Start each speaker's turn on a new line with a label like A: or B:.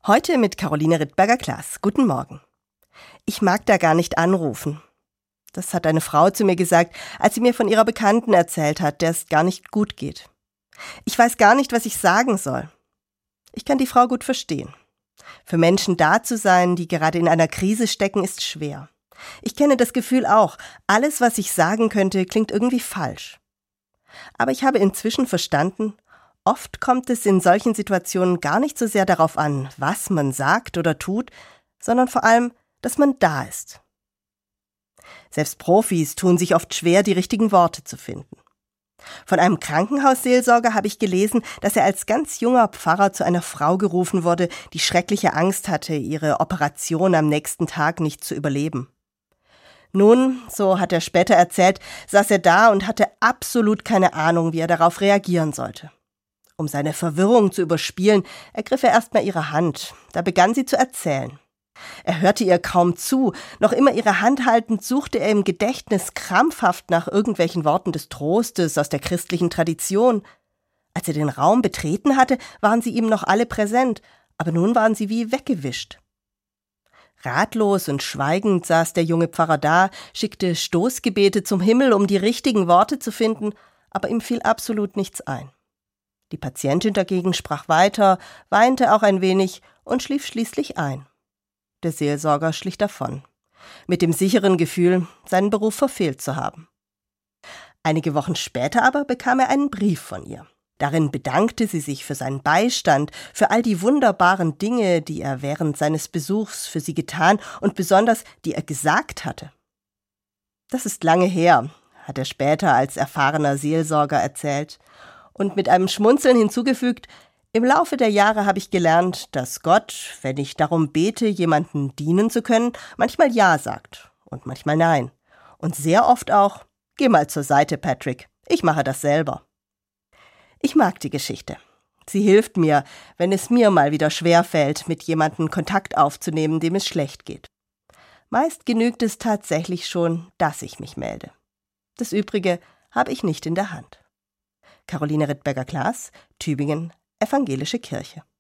A: Heute mit Caroline Rittberger-Klaas. Guten Morgen. Ich mag da gar nicht anrufen. Das hat eine Frau zu mir gesagt, als sie mir von ihrer Bekannten erzählt hat, der es gar nicht gut geht. Ich weiß gar nicht, was ich sagen soll. Ich kann die Frau gut verstehen. Für Menschen da zu sein, die gerade in einer Krise stecken, ist schwer. Ich kenne das Gefühl auch. Alles, was ich sagen könnte, klingt irgendwie falsch. Aber ich habe inzwischen verstanden, oft kommt es in solchen Situationen gar nicht so sehr darauf an, was man sagt oder tut, sondern vor allem, dass man da ist. Selbst Profis tun sich oft schwer, die richtigen Worte zu finden. Von einem Krankenhausseelsorger habe ich gelesen, dass er als ganz junger Pfarrer zu einer Frau gerufen wurde, die schreckliche Angst hatte, ihre Operation am nächsten Tag nicht zu überleben. Nun, so hat er später erzählt, saß er da und hatte absolut keine Ahnung, wie er darauf reagieren sollte. Um seine Verwirrung zu überspielen, ergriff er erstmal ihre Hand. Da begann sie zu erzählen. Er hörte ihr kaum zu. Noch immer ihre Hand haltend suchte er im Gedächtnis krampfhaft nach irgendwelchen Worten des Trostes aus der christlichen Tradition. Als er den Raum betreten hatte, waren sie ihm noch alle präsent, aber nun waren sie wie weggewischt. Ratlos und schweigend saß der junge Pfarrer da, schickte Stoßgebete zum Himmel, um die richtigen Worte zu finden, aber ihm fiel absolut nichts ein. Die Patientin dagegen sprach weiter, weinte auch ein wenig und schlief schließlich ein. Der Seelsorger schlich davon, mit dem sicheren Gefühl, seinen Beruf verfehlt zu haben. Einige Wochen später aber bekam er einen Brief von ihr. Darin bedankte sie sich für seinen Beistand, für all die wunderbaren Dinge, die er während seines Besuchs für sie getan und besonders, die er gesagt hatte. Das ist lange her, hat er später als erfahrener Seelsorger erzählt und mit einem Schmunzeln hinzugefügt: Im Laufe der Jahre habe ich gelernt, dass Gott, wenn ich darum bete, jemandem dienen zu können, manchmal Ja sagt und manchmal Nein. Und sehr oft auch: Geh mal zur Seite, Patrick, ich mache das selber. Ich mag die Geschichte. Sie hilft mir, wenn es mir mal wieder schwerfällt, mit jemandem Kontakt aufzunehmen, dem es schlecht geht. Meist genügt es tatsächlich schon, dass ich mich melde. Das Übrige habe ich nicht in der Hand. Caroline Rittberger-Klaas, Tübingen, Evangelische Kirche.